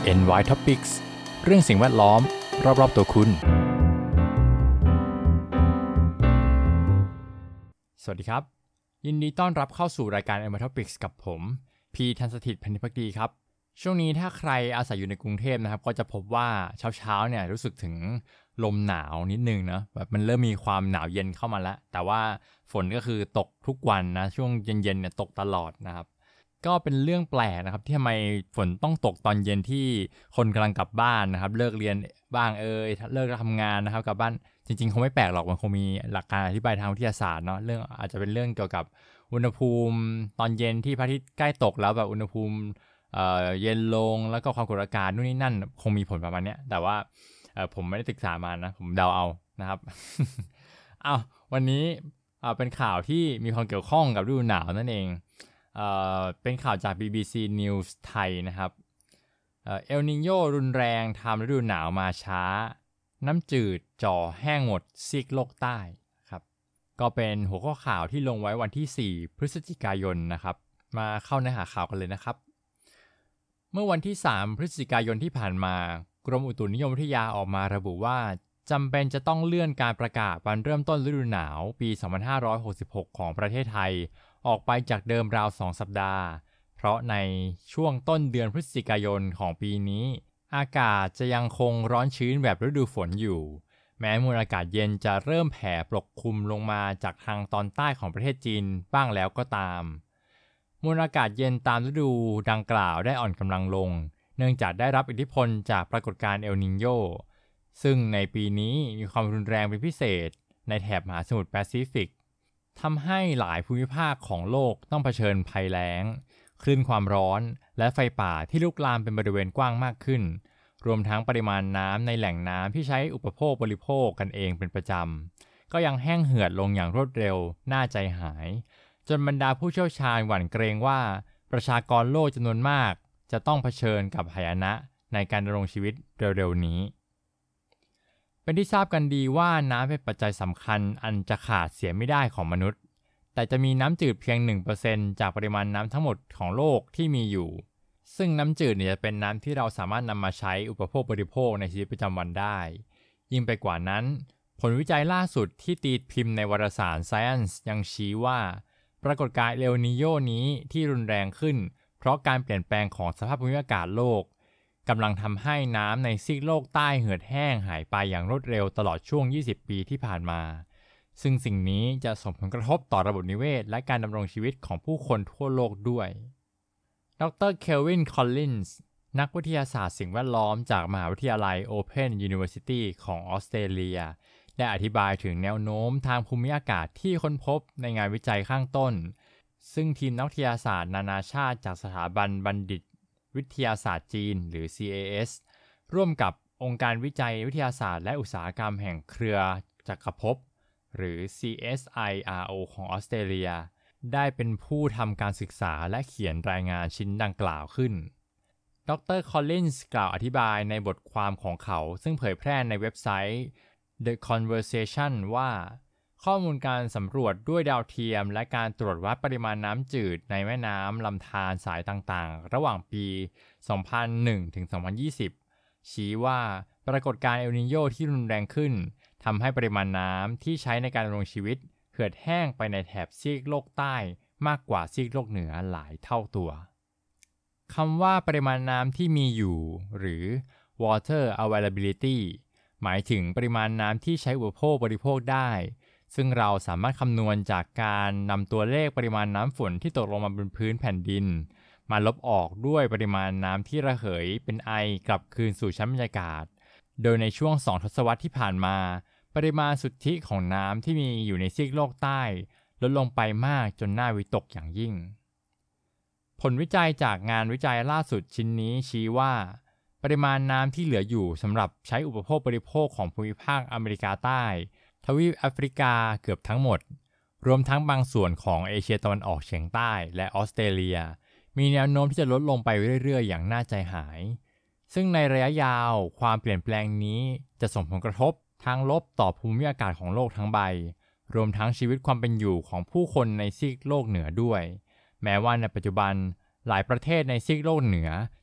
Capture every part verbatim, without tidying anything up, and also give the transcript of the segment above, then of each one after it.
เอ็น วาย Topics เรื่องสิ่งแวดล้อมรอบๆตัวคุณสวัสดีครับยินดีต้อนรับเข้าสู่รายการ เอ็น วาย Topics กับผมพีทันสถิตย์ พันธิภักดีครับช่วงนี้ถ้าใครอาศัยอยู่ในกรุงเทพนะครับก็จะพบว่าเช้าๆเนี่ยรู้สึกถึงลมหนาวนิดนึงนะแบบมันเริ่มมีความหนาวเย็นเข้ามาแล้วแต่ว่าฝนก็คือตกทุกวันนะช่วงเย็นๆเนี่ยตกตลอดนะครับก็เป็นเรื่องแปลกนะครับที่ทำไมฝนต้องตกตอนเย็นที่คนกำลังกลับบ้านนะครับเลิกเรียนบ้างเอ่ยเลิกทำงานนะครับกลับบ้านจริงๆคงไม่แปลกหรอกมันคงมีหลักการอธิบายทางวิทยาศาสตร์เนาะเรื่องอาจจะเป็นเรื่องเกี่ยวกับอุณหภูมิตอนเย็นที่พระอาทิตย์ใกล้ตกแล้วแบบอุณหภูมิเอ่อเย็นลงแล้วก็ความกดอากาศนู่นนี่นั่นคงมีผลประมาณนี้แต่ว่าเอ่อผมไม่ได้ศึกษามานะผมเดาเอานะครับ อ้าววันนี้เอ่อเป็นข่าวที่มีความเกี่ยวข้องกับฤดูหนาวนั่นเองเอ่อเป็นข่าวจาก บี บี ซี News ไทยนะครับเอ่อเอลนิโญรุนแรงทำฤดูหนาวมาช้าน้ำจืดจ่อแห้งหมดซีกโลกใต้ครับก็เป็นหัวข้อข่าวที่ลงไว้วันที่สี่พฤศจิกายนนะครับมาเข้าเนื้อหาข่าวกันเลยนะครับเมื่อวันที่สามพฤศจิกายนที่ผ่านมากรมอุตุนิยมวิทยาออกมาระบุว่าจำเป็นจะต้องเลื่อนการประกาศวันเริ่มต้นฤดูหนาวปีสองพันห้าร้อยหกสิบหกของประเทศไทยออกไปจากเดิมราวสองสัปดาห์เพราะในช่วงต้นเดือนพฤศจิกายนของปีนี้อากาศจะยังคงร้อนชื้นแบบฤดูฝนอยู่แม้มวลอากาศเย็นจะเริ่มแผ่ปกคลุมลงมาจากทางตอนใต้ของประเทศจีนบ้างแล้วก็ตามมวลอากาศเย็นตามฤดูดังกล่าวได้อ่อนกำลังลงเนื่องจากได้รับอิทธิพลจากปรากฏการณ์เอลนิโญซึ่งในปีนี้มีความรุนแรงเป็นพิเศษในแถบมหาสมุทรแปซิฟิกทำให้หลายภูมิภาคของโลกต้องเผชิญภัยแล้งคลื่นความร้อนและไฟป่าที่ลุกลามเป็นบริเวณกว้างมากขึ้นรวมทั้งปริมาณน้ำในแหล่งน้ำที่ใช้อุปโภคบริโภคกันเองเป็นประจำก็ยังแห้งเหือดลงอย่างรวดเร็วน่าใจหายจนบรรดาผู้เชี่ยวชาญหวั่นเกรงว่าประชากรโลกจำนวนมากจะต้องเผชิญกับหายนะในการดำรงชีวิตเร็วๆนี้เป็นที่ทราบกันดีว่าน้ำเป็นปัจจัยสำคัญอันจะขาดเสียไม่ได้ของมนุษย์แต่จะมีน้ำจืดเพียง หนึ่งเปอร์เซ็นต์ จากปริมาณน้ำทั้งหมดของโลกที่มีอยู่ซึ่งน้ำจืดเนี่ยจะเป็นน้ำที่เราสามารถนำมาใช้อุปโภคบริโภคในชีวิตประจำวันได้ยิ่งไปกว่านั้นผลวิจัยล่าสุดที่ตีพิมพ์ในวารสาร Science ยังชี้ว่าปรากฏการณ์เอลนิโญนี้ที่รุนแรงขึ้นเพราะการเปลี่ยนแปลงของสภาพภูมิอากาศโลกกำลังทำให้น้ำในซีกโลกใต้เหือดแห้งหายไปอย่างรวดเร็วตลอดช่วงยี่สิบปีที่ผ่านมาซึ่งสิ่งนี้จะส่งผลกระทบต่อระบบนิเวศและการดำรงชีวิตของผู้คนทั่วโลกด้วยดรเคลวินคอลลินส์นักวิทยาศาสตร์สิ่งแวดล้อมจากมหาวิทยาลัย Open University ของออสเตรเลียได้อธิบายถึงแนวโน้มทางภูมิอากาศที่ค้นพบในงานวิจัยข้างต้นซึ่งทีมนักวิทยาศาสตร์นานาชาติจากสถาบันบัณฑิตวิทยาศาสตร์จีนหรือ ซี เอ เอส ร่วมกับองค์การวิจัยวิทยาศาสตร์และอุตสาหกรรมแห่งเครือจักรภพหรือ ซี เอส ไอ อาร์ โอ ของออสเตรเลียได้เป็นผู้ทำการศึกษาและเขียนรายงานชิ้นดังกล่าวขึ้นดรคอลลินส์กล่าวอธิบายในบทความของเขาซึ่งเผยแพร่ในเว็บไซต์ The Conversation ว่าข้อมูลการสำรวจด้วยดาวเทียมและการตรวจวัดปริมาณน้ำจืดในแม่น้ำลำธารสายต่างๆระหว่างปี สองพันหนึ่ง ถึง สองพันยี่สิบ ชี้ว่าปรากฏการณ์เอลนิโญที่รุนแรงขึ้นทำให้ปริมาณน้ำที่ใช้ในการดำรงชีวิตเหือดแห้งไปในแถบซีกโลกใต้มากกว่าซีกโลกเหนือหลายเท่าตัวคำว่าปริมาณน้ำที่มีอยู่หรือ water availability หมายถึงปริมาณน้ำที่ใช้อุปโภคบริโภคได้ซึ่งเราสามารถคำนวณจากการนำตัวเลขปริมาณน้ำฝนที่ตกลงมาบนพื้นแผ่นดินมาลบออกด้วยปริมาณน้ำที่ระเหยเป็นไอกลับคืนสู่ชั้นบรรยากาศโดยในช่วงสองทศวรรษที่ผ่านมาปริมาณสุทธิของน้ำที่มีอยู่ในซีกโลกใต้ลดลงไปมากจนน่าวิตกอย่างยิ่งผลวิจัยจากงานวิจัยล่าสุดชิ้นนี้ชี้ว่าปริมาณน้ำที่เหลืออยู่สำหรับใช้อุปโภคบริโภคของภูมิภาคอเมริกาใต้ทวีปแอฟริกาเกือบทั้งหมดรวมทั้งบางส่วนของเอเชียตะวันออกเฉียงใต้และออสเตรเลียมีแนวโน้มที่จะลดลงไปเรื่อยๆอย่างน่าใจหายซึ่งในระยะยาวความเปลี่ยนแปลงนี้จะส่งผลกระทบทางลบต่อภูมิอากาศของโลกทั้งใบรวมทั้งชีวิตความเป็นอยู่ของผู้คนในซีกโลกเหนือด้วยแม้ว่าในปัจจุบันหลายประเทศในซีกโลกเหนือ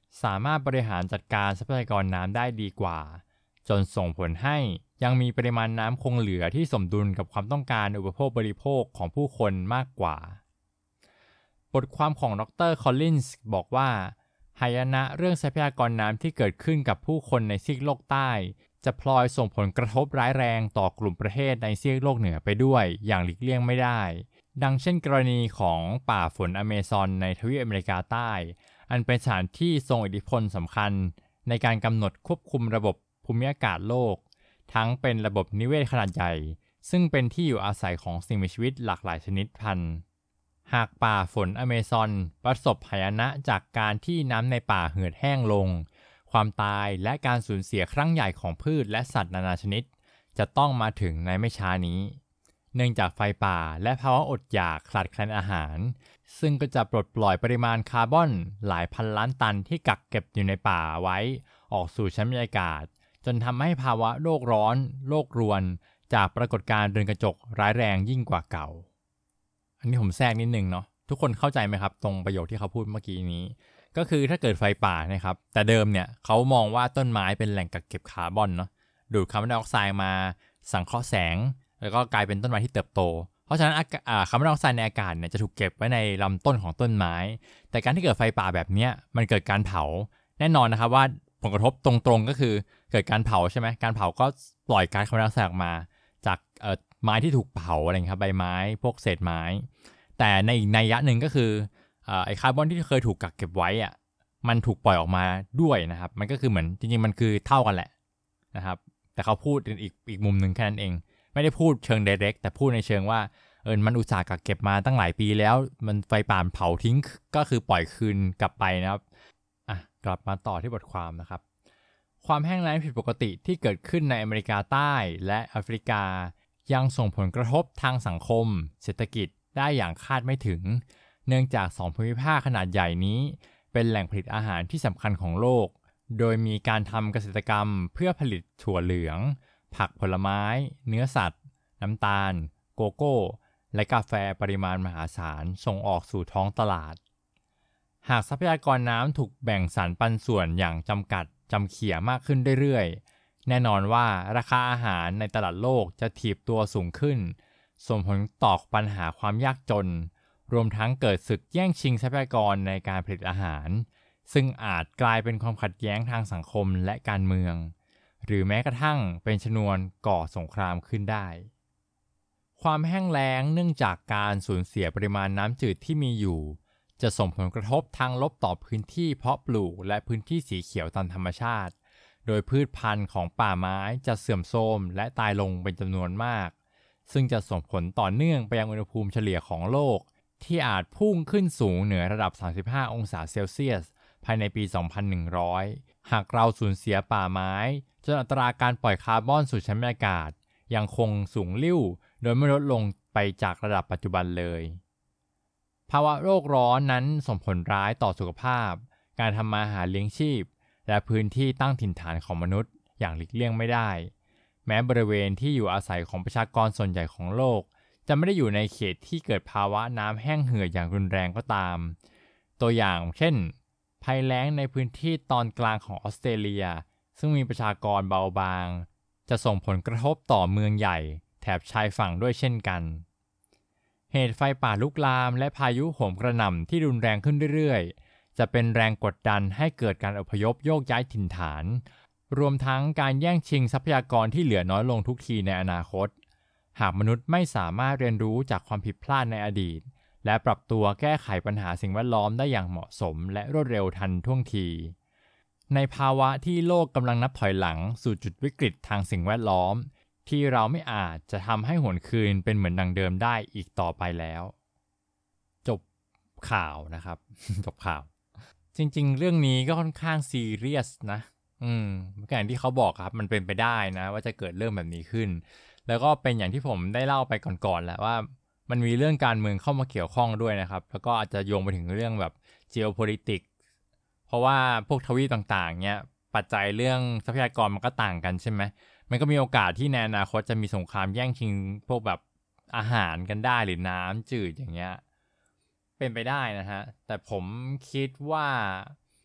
สามารถบริหารจัดการทรัพยากรน้ำได้ดีกว่าจนส่งผลให้ยังมีปริมาณน้ำคงเหลือที่สมดุลกับความต้องการอุปโภคบริโภคของผู้คนมากกว่าบทความของดรคอลลินส์บอกว่าหายนะเรื่องทรัพยากรน้ำที่เกิดขึ้นกับผู้คนในซีกโลกใต้จะพลอยส่งผลกระทบร้ายแรงต่อกลุ่มประเทศในซีกโลกเหนือไปด้วยอย่างหลีกเลี่ยงไม่ได้ดังเช่นกรณีของป่าฝนอเมซอนในทวีปอเมริกาใต้อันเป็นสถานที่ทรงอิทธิพลสำคัญในการกำหนดควบคุมระบบภูมิอากาศโลกทั้งเป็นระบบนิเวศขนาดใหญ่ซึ่งเป็นที่อยู่อาศัยของสิ่งมีชีวิตหลากหลายชนิดพันธุ์หากป่าฝนอเมซอนประสบหายนะจากการที่น้ำในป่าเหือดแห้งลงความตายและการสูญเสียครั้งใหญ่ของพืชและสัตว์นานาชนิดจะต้องมาถึงในไม่ช้านี้เนื่องจากไฟป่าและภาวะอดอยากขาดแคลนอาหารซึ่งก็จะปลดปล่อยปริมาณคาร์บอนหลายพันล้านตันที่กักเก็บอยู่ในป่าไว้ออกสู่ชั้นบรรยากาศจนทำให้ภาวะโลกร้อนโลกรวนจากปรากฏการณ์เรือนกระจกร้ายแรงยิ่งกว่าเก่าอันนี้ผมแทรกนิดนึงเนาะทุกคนเข้าใจไหมครับตรงประโยคที่เขาพูดเมื่อกี้นี้ก็คือถ้าเกิดไฟป่านะครับแต่เดิมเนี่ยเขามองว่าต้นไม้เป็นแหล่งกักเก็บคาร์บอนเนาะดูดคาร์บอนไดออกไซด์มาสังเคราะห์แสงแล้วก็กลายเป็นต้นไม้ที่เติบโตเพราะฉะนั้นคาร์บอนไดออกไซด์ในอากาศเนี่ยจะถูกเก็บไว้ในลำต้นของต้นไม้แต่การที่เกิดไฟป่าแบบนี้มันเกิดการเผาแน่นอนนะครับว่าผลกระทบตรงๆก็คือเกิดการเผาใช่ไหมการเผาก็ปล่อยก๊าซคาร์บอนไดออกไซด์ออกมาจากไม้ที่ถูกเผาอะไรครับใบไม้พวกเศษไม้แต่ในอีกนัยยะหนึ่งก็คือไอ้คาร์บอนที่เคยถูกกักเก็บไว้อะมันถูกปล่อยออกมาด้วยนะครับมันก็คือเหมือนจริงๆมันคือเท่ากันแหละนะครับแต่เขาพูดอีกอีกมุมหนึ่งแค่นั้นเองไม่ได้พูดเชิง direct แต่พูดในเชิงว่าเออมันอุตส่าห์กักเก็บมาตั้งหลายปีแล้วมันไฟป่าเผาทิ้งก็คือปล่อยคืนกลับไปนะครับอ่ะกลับมาต่อที่บทความนะครับความแห้งแล้งผิดปกติที่เกิดขึ้นในอเมริกาใต้และแอฟริกายังส่งผลกระทบทางสังคมเศรษฐกิจได้อย่างคาดไม่ถึงเนื่องจากสองภูมิภาคขนาดใหญ่นี้เป็นแหล่งผลิตอาหารที่สำคัญของโลกโดยมีการทำเกษตรกรรมเพื่อผลิตถั่วเหลืองผักผลไม้เนื้อสัตว์น้ำตาลโกโก้และกาแฟปริมาณมหาศาลส่งออกสู่ท้องตลาดหากทรัพยากรน้ำถูกแบ่งสรรปันส่วนอย่างจำกัดจำเขี่ยมากขึ้นเรื่อยๆแน่นอนว่าราคาอาหารในตลาดโลกจะถีบตัวสูงขึ้นส่งผลต่อปัญหาความยากจนรวมทั้งเกิดศึกแย่งชิงทรัพยากรในการผลิตอาหารซึ่งอาจกลายเป็นความขัดแย้งทางสังคมและการเมืองหรือแม้กระทั่งเป็นชนวนก่อสงครามขึ้นได้ความแห้งแล้งเนื่องจากการสูญเสียปริมาณน้ำจืดที่มีอยู่จะส่งผลกระทบทางลบต่อพื้นที่เพาะปลูกและพื้นที่สีเขียวตามธรรมชาติโดยพืชพันธุ์ของป่าไม้จะเสื่อมโทรมและตายลงเป็นจำนวนมากซึ่งจะส่งผลต่อเนื่องไปยังอุณหภูมิเฉลี่ยของโลกที่อาจพุ่งขึ้นสูงเหนือระดับสามสิบห้าองศาเซลเซียสภายในปี สองพันหนึ่งร้อย หากเราสูญเสียป่าไม้จนอัตราการปล่อยคาร์บอนสู่ชั้นบรรยากาศยังคงสูงลิ่วโดยไม่ลดลงไปจากระดับปัจจุบันเลยภาวะโลกร้อนนั้นส่งผลร้ายต่อสุขภาพการทำมาหาเลี้ยงชีพและพื้นที่ตั้งถิ่นฐานของมนุษย์อย่างหลีกเลี่ยงไม่ได้แม้บริเวณที่อยู่อาศัยของประชากรส่วนใหญ่ของโลกจะไม่ได้อยู่ในเขตที่เกิดภาวะน้ำแห้งเหือดอย่างรุนแรงก็ตามตัวอย่างเช่นภัยแล้งในพื้นที่ตอนกลางของออสเตรเลียซึ่งมีประชากรเบาบางจะส่งผลกระทบต่อเมืองใหญ่แถบชายฝั่งด้วยเช่นกันเหตุไฟป่าลุกลามและพายุโหมกระหน่ำที่รุนแรงขึ้นเรื่อยๆจะเป็นแรงกดดันให้เกิดการอพยพโยกย้ายถิ่นฐานรวมทั้งการแย่งชิงทรัพยากรที่เหลือน้อยลงทุกทีในอนาคตหากมนุษย์ไม่สามารถเรียนรู้จากความผิดพลาดในอดีตและปรับตัวแก้ไขปัญหาสิ่งแวดล้อมได้อย่างเหมาะสมและรวดเร็วทันท่วงทีในภาวะที่โลกกำลังนับถอยหลังสู่จุดวิกฤตทางสิ่งแวดล้อมที่เราไม่อาจจะทำให้หวนคืนเป็นเหมือนดังเดิมได้อีกต่อไปแล้วจบข่าวนะครับ จบข่าวจริงๆเรื่องนี้ก็ค่อนข้างซีเรียสนะอืมอย่างที่เขาบอกครับมันเป็นไปได้นะว่าจะเกิดเรื่องแบบนี้ขึ้นแล้วก็เป็นอย่างที่ผมได้เล่าไปก่อนๆแหละว่ามันมีเรื่องการเมืองเข้ามาเกี่ยวข้องด้วยนะครับแล้วก็อาจจะโยงไปถึงเรื่องแบบ geopolitics เพราะว่าพวกทวีปต่างๆเนี่ยปัจจัยเรื่องทรัพยากรมันก็ต่างกันใช่ไหมมันก็มีโอกาสที่ในอนาคตจะมีสงครามแย่งชิงพวกแบบอาหารกันได้หรือน้ำจืดอย่างเงี้ยเป็นไปได้นะฮะแต่ผมคิดว่า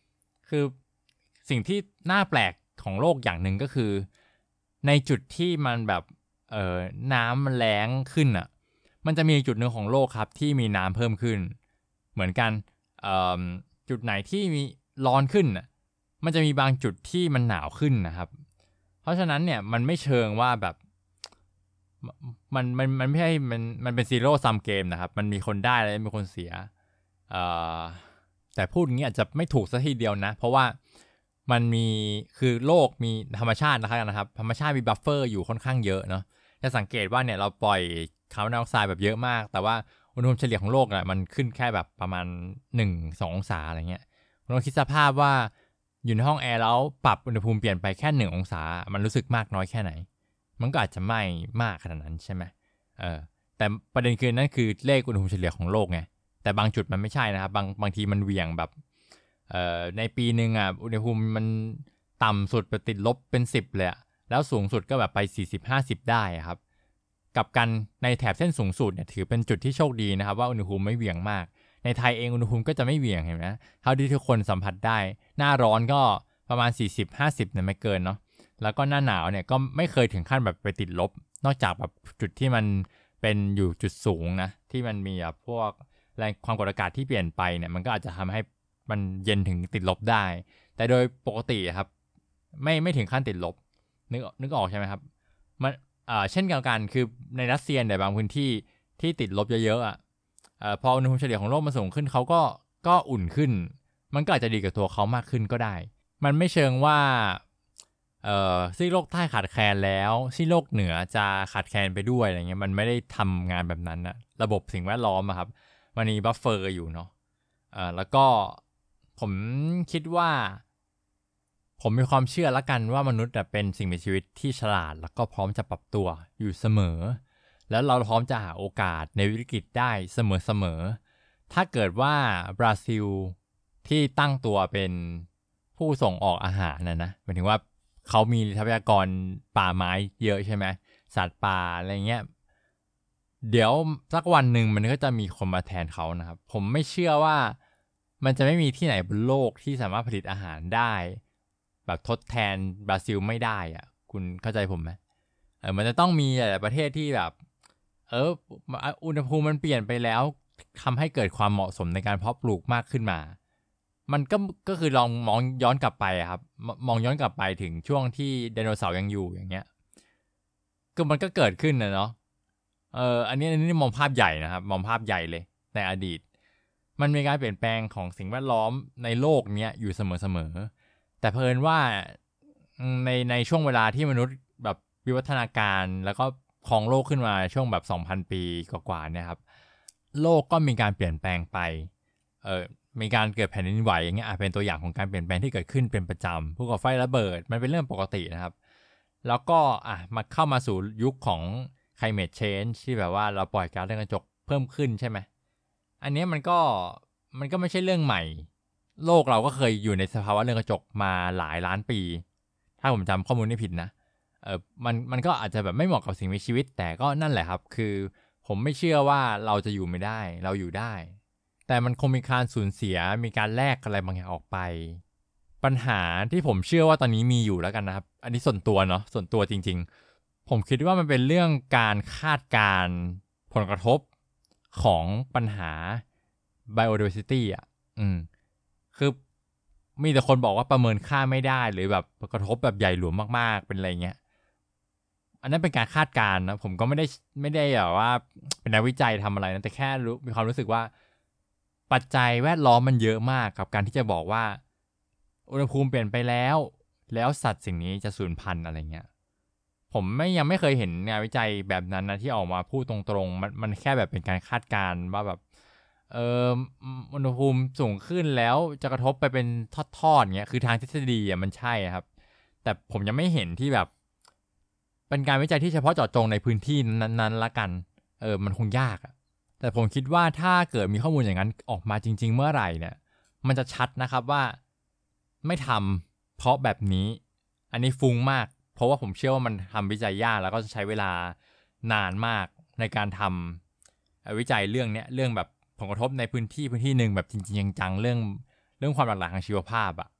คือสิ่งที่น่าแปลกของโลกอย่างหนึ่งก็คือในจุดที่มันแบบเอ่อน้ำมันแล้งขึ้นอ่ะมันจะมีจุดหนึ่งของโลกครับที่มีน้ำเพิ่มขึ้นเหมือนกันเอ่อจุดไหนที่มีร้อนขึ้นอ่ะมันจะมีบางจุดที่มันหนาวขึ้นนะครับเพราะฉะนั้นเนี่ยมันไม่เชิงว่าแบบมันมันมันไม่ใช่มันมันเป็นซีโร่ซัมเกมนะครับมันมีคนได้และมีคนเสียเอ่อแต่พูดอย่างนี้อาจจะไม่ถูกซะทีเดียวนะเพราะว่ามันมีคือโลกมีธรรมชาตินะครับธรรมชาติมีบัฟเฟอร์อยู่ค่อนข้างเยอะเนาะจะสังเกตว่าเนี่ยเราปล่อยคาร์บอนไดออกไซด์แบบเยอะมากแต่ว่าอุณหภูมิเฉลี่ยของโลกอ่ะมันขึ้นแค่แบบประมาณ หนึ่งถึงสอง องศาอะไรเงี้ยลองคิดสภาพว่าอยู่ในห้องแอร์แล้วปรับอุณหภูมิเปลี่ยนไปแค่หนึ่งองศามันรู้สึกมากน้อยแค่ไหนมันก็อาจจะไม่มากขนาดนั้นใช่ไหมเออแต่ประเด็นคือนั่นคือเลขอุณหภูมิเฉลี่ยของโลกไงแต่บางจุดมันไม่ใช่นะครับบางบางทีมันเหวี่ยงแบบเอ่อในปีนึงอ่ะอุณหภูมิมันต่ำสุดไปติดลบเป็นสิบเลยอะแล้วสูงสุดก็แบบไปสี่สิบ ห้าสิบได้ครับกับกันในแถบเส้นสูงสุดเนี่ยถือเป็นจุดที่โชคดีนะครับว่าอุณหภูมิไม่เหวี่ยงมากในไทยเองอุณหภูมิก็จะไม่เหวี่ยงเห็นไหมเท่าที่ทุกคนสัมผัสได้หน้าร้อนก็ประมาณสี่สิบ ห้าสิบเนี่ยไม่เกินเนาะแล้วก็หน้าหนาวเนี่ยก็ไม่เคยถึงขั้นแบบไปติดลบนอกจากแบบจุดที่มันเป็นอยู่จุดสูงนะที่มันมีแบบพวกแรงความกดอากาศที่เปลี่ยนไปเนี่ยมันก็อาจจะทำให้มันเย็นถึงติดลบได้แต่โดยปกติครับไม่ไม่ถึงขั้นติดลบนึกนึกออกใช่ไหมครับมันอ่าเช่นเดียวกันคือในรัสเซียในบางพื้นที่ที่ติดลบเยอะๆอ่ะเอ่อพออุณหภูมิเฉลี่ยของโลกมันสูงขึ้นเขาก็ก็อุ่นขึ้นมันก็อาจจะดีกับตัวเขามากขึ้นก็ได้มันไม่เชิงว่าเอ่อซีกโลกใต้ขาดแคลนแล้วซีกโลกเหนือจะขาดแคลนไปด้วยอะไรเงี้ยมันไม่ได้ทำงานแบบนั้นนะระบบสิ่งแวดล้อมอะครับมันมีบัฟเฟอร์อยู่เนาะเอ่อแล้วก็ผมคิดว่าผมมีความเชื่อละกันว่ามนุษย์เป็นสิ่งมีชีวิตที่ฉลาดแล้วก็พร้อมจะปรับตัวอยู่เสมอแล้วเราพร้อมจะหาโอกาสในวิกฤตได้เสมอๆถ้าเกิดว่าบราซิลที่ตั้งตัวเป็นผู้ส่งออกอาหารนะนะหมายถึงว่าเขามีทรัพยากรป่าไม้เยอะใช่ไหมสัตว์ป่าอะไรเงี้ยเดี๋ยวสักวันหนึ่งมันก็จะมีคนมาแทนเขานะครับผมไม่เชื่อว่ามันจะไม่มีที่ไหนบนโลกที่สามารถผลิตอาหารได้แบบทดแทนบราซิลไม่ได้อ่ะคุณเข้าใจผมไหมเออมันจะต้องมีหลายประเทศที่แบบเอออุณหภูมิมันเปลี่ยนไปแล้วทำให้เกิดความเหมาะสมในการเพาะปลูกมากขึ้นมามันก็ก็คือลองมองย้อนกลับไปครับมองย้อนกลับไปถึงช่วงที่ไดโนเสาร์ยังอยู่อย่างเงี้ยก็มันก็เกิดขึ้นนะเนาะเอออันนี้อันนี้มองภาพใหญ่นะครับมองภาพใหญ่เลยในอดีตมันมีการเปลี่ยนแปลงของสิ่งแวดล้อมในโลกเนี้ยอยู่เสมอๆแต่เพิ่นว่าในในช่วงเวลาที่มนุษย์แบบวิวัฒนาการแล้วก็ครองโลกขึ้นมาช่วงแบบ สองพัน ปีกว่าๆเนี่ยครับโลกก็มีการเปลี่ยนแปลงไปเออมีการเกิดแผ่นดินไหวอย่างเงี้ยเป็นตัวอย่างของการเปลี่ยนแปลงที่เกิดขึ้นเป็นประจำภูเขาไฟระเบิดมันเป็นเรื่องปกตินะครับแล้วก็อ่ะมาเข้ามาสู่ยุคของ climate change ที่แบบว่าเราปล่อยก๊าซเรือนกระจกเพิ่มขึ้นใช่ไหมอันนี้มันก็มันก็ไม่ใช่เรื่องใหม่โลกเราก็เคยอยู่ในสภาวะเรือนกระจกมาหลายล้านปีถ้าผมจำข้อมูลไม่ผิดนะเออมันมันก็อาจจะแบบไม่เหมาะกับสิ่งมีชีวิตแต่ก็นั่นแหละครับคือผมไม่เชื่อว่าเราจะอยู่ไม่ได้เราอยู่ได้แต่มันคงมีการสูญเสียมีการแลกอะไรบางอย่างออกไปปัญหาที่ผมเชื่อว่าตอนนี้มีอยู่แล้วกันนะครับอันนี้ส่วนตัวเนาะส่วนตัวจริงๆผมคิดว่ามันเป็นเรื่องการคาดการณ์ผลกระทบของปัญหา biodiversity อ่ะอืมคือมีแต่คนบอกว่าประเมินค่าไม่ได้หรือแบบกระทบแบบใหญ่หลวงมากๆเป็นอะไรเงี้ยอันนั้นเป็นการคาดการณ์นะผมก็ไม่ได้ไม่ได้แบบว่าเป็นนักวิจัยทำอะไรนะแต่แค่รู้มีความรู้สึกว่าปัจจัยแวดล้อมมันเยอะมากกับการที่จะบอกว่าอุณหภูมิเปลี่ยนไปแล้วแล้วสัตว์สิ่งนี้จะสูญพันธุ์อะไรเงี้ยผมไม่ยังไม่เคยเห็นงานวิจัยแบบนั้นนะที่ออกมาพูดตรงๆมันมันแค่แบบเป็นการคาดการณ์ว่าแบบเอ่ออุณหภูมิสูงขึ้นแล้วจะกระทบไปเป็นทอดๆเงี้ยคือทางทฤษฎีอ่ะมันใช่ครับแต่ผมยังไม่เห็นที่แบบเป็นการวิจัยที่เฉพาะเจาะจงในพื้นที่นั้นๆละกันเออมันคงยากอ่ะแต่ผมคิดว่าถ้าเกิดมีข้อมูลอย่างนั้นออกมาจริงๆเมื่อไหร่เนี่ยมันจะชัดนะครับว่าไม่ทำเพราะแบบนี้อันนี้ฟุ้งมากเพราะว่าผมเชื่อว่ามันทำวิจัยยากแล้วก็จะใช้เวลานานมากในการทำวิจัยเรื่องเนี้ยเรื่องแบบผลกระทบในพื้นที่พื้นที่หนึ่งแบบจริงๆจังๆเรื่องเรื่องความหลากหลายทางชีวภาพอ่ะ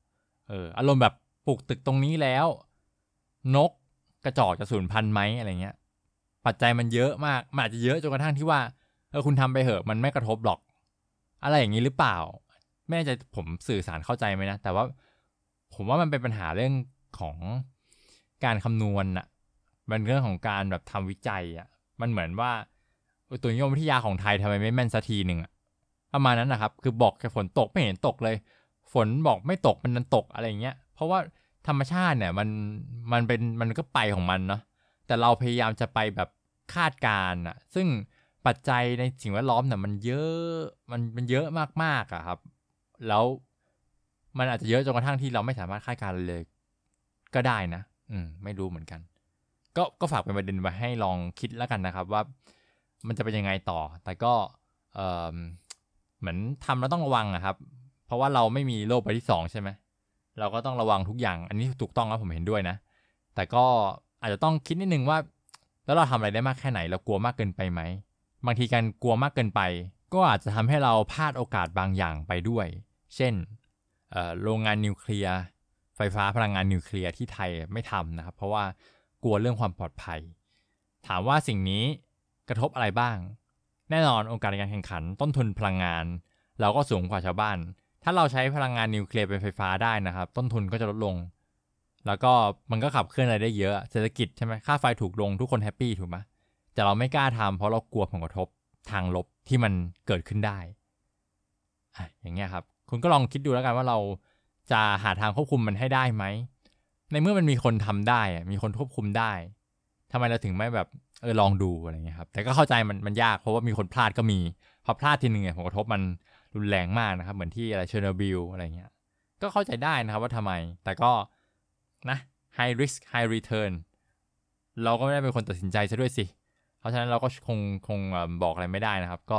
เอออารมณ์แบบปลูกตึกตรงนี้แล้วนกกระจอกจะสูญพันธุ์ไหมอะไรเงี้ยปัจจัยมันเยอะมากมันอาจจะเยอะจนกระทั่งที่ว่าเออคุณทำไปเหอะมันไม่กระทบหรอกอะไรอย่างนี้หรือเปล่าไม่แน่ใจผมสื่อสารเข้าใจไหมนะแต่ว่าผมว่ามันเป็นปัญหาเรื่องของการคำนวณอะมันเรื่องของการแบบทำวิจัยอะมันเหมือนว่าตัวนิยมวิทยาของไทยทำไมไม่แม่นสักทีหนึ่งอะประมาณนั้นนะครับคือบอกแค่ฝนตกไม่เห็นตกเลยฝนบอกไม่ตกมันนันตกอะไรเงี้ยเพราะว่าธรรมชาติเนี่ยมันมันเป็นมันก็ไปของมันเนาะแต่เราพยายามจะไปแบบคาดการณ์อะซึ่งปัจจัยในสิ่งแวดล้อมเนี่ยมันเยอะมันมันเยอะมากๆอะครับแล้วมันอาจจะเยอะจนกระทั่งที่เราไม่สามารถคาดการณ์เลยก็ได้นะอืมไม่รู้เหมือนกันก็ก็ฝากเป็นประเด็นไว้ให้ลองคิดแล้วกันนะครับว่ามันจะเป็นยังไงต่อแต่ก็เอ่อเหมือนทำแล้วต้องระวังอะครับเพราะว่าเราไม่มีโลกใบที่สองใช่ไหมเราก็ต้องระวังทุกอย่างอันนี้ถูกต้องครับผมเห็นด้วยนะแต่ก็อาจจะต้องคิดนิดนึงว่าแล้วเราทำอะไรได้มากแค่ไหนเรากลัวมากเกินไปไหมบางทีการกลัวมากเกินไปก็อาจจะทำให้เราพลาดโอกาสบางอย่างไปด้วยเช่นโรงงานนิวเคลียร์ไฟฟ้าพลังงานนิวเคลียร์ที่ไทยไม่ทำนะครับเพราะว่ากลัวเรื่องความปลอดภัยถามว่าสิ่งนี้กระทบอะไรบ้างแน่นอนองค์การการแข่งขันต้นทุนพลังงานเราก็สูงกว่าชาวบ้านถ้าเราใช้พลังงานนิวเคลียร์เป็นไฟฟ้าได้นะครับต้นทุนก็จะลดลงแล้วก็มันก็ขับเคลื่อนอะไรได้เยอะเศรษฐกิจใช่ไหมค่าไฟถูกลงทุกคนแฮปปี้ถูกไหมแต่เราไม่กล้าทำเพราะเรากลัวผลกระทบทางลบที่มันเกิดขึ้นได้อ่ะอย่างเงี้ยครับคุณก็ลองคิดดูแล้วกันว่าเราจะหาทางควบคุมมันให้ได้ไหมในเมื่อมันมีคนทำได้มีคนควบคุมได้ทำไมเราถึงไม่แบบเออลองดูอะไรเงี้ยครับแต่ก็เข้าใจมันมันยากเพราะว่ามีคนพลาดก็มีพอพลาดทีนึงเนี่ยผลกระทบมันรุนแรงมากนะครับเหมือนที่อะไรเชอร์โนบิลอะไรเงี้ยก็เข้าใจได้นะครับว่าทำไมแต่ก็นะ high risk high return เราก็ไม่ได้เป็นคนตัดสินใจซะด้วยสิเพราะฉะนั้นเราก็คงคงบอกอะไรไม่ได้นะครับก็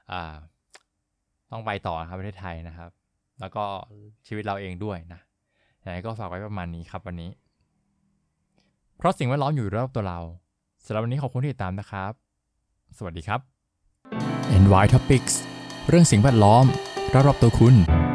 ต้องไปต่อครับประเทศไทยนะครับแล้วก็ชีวิตเราเองด้วยนะอย่างไรก็ฝากไว้ประมาณนี้ครับวันนี้เพราะสิ่งแวดล้อมอยู่รอบตัวเราสำหรับวันนี้ขอบคุณที่ติดตามนะครับสวัสดีครับ เอ็น วาย Topics เรื่องสิ่งแวดล้อมรอบๆตัวคุณ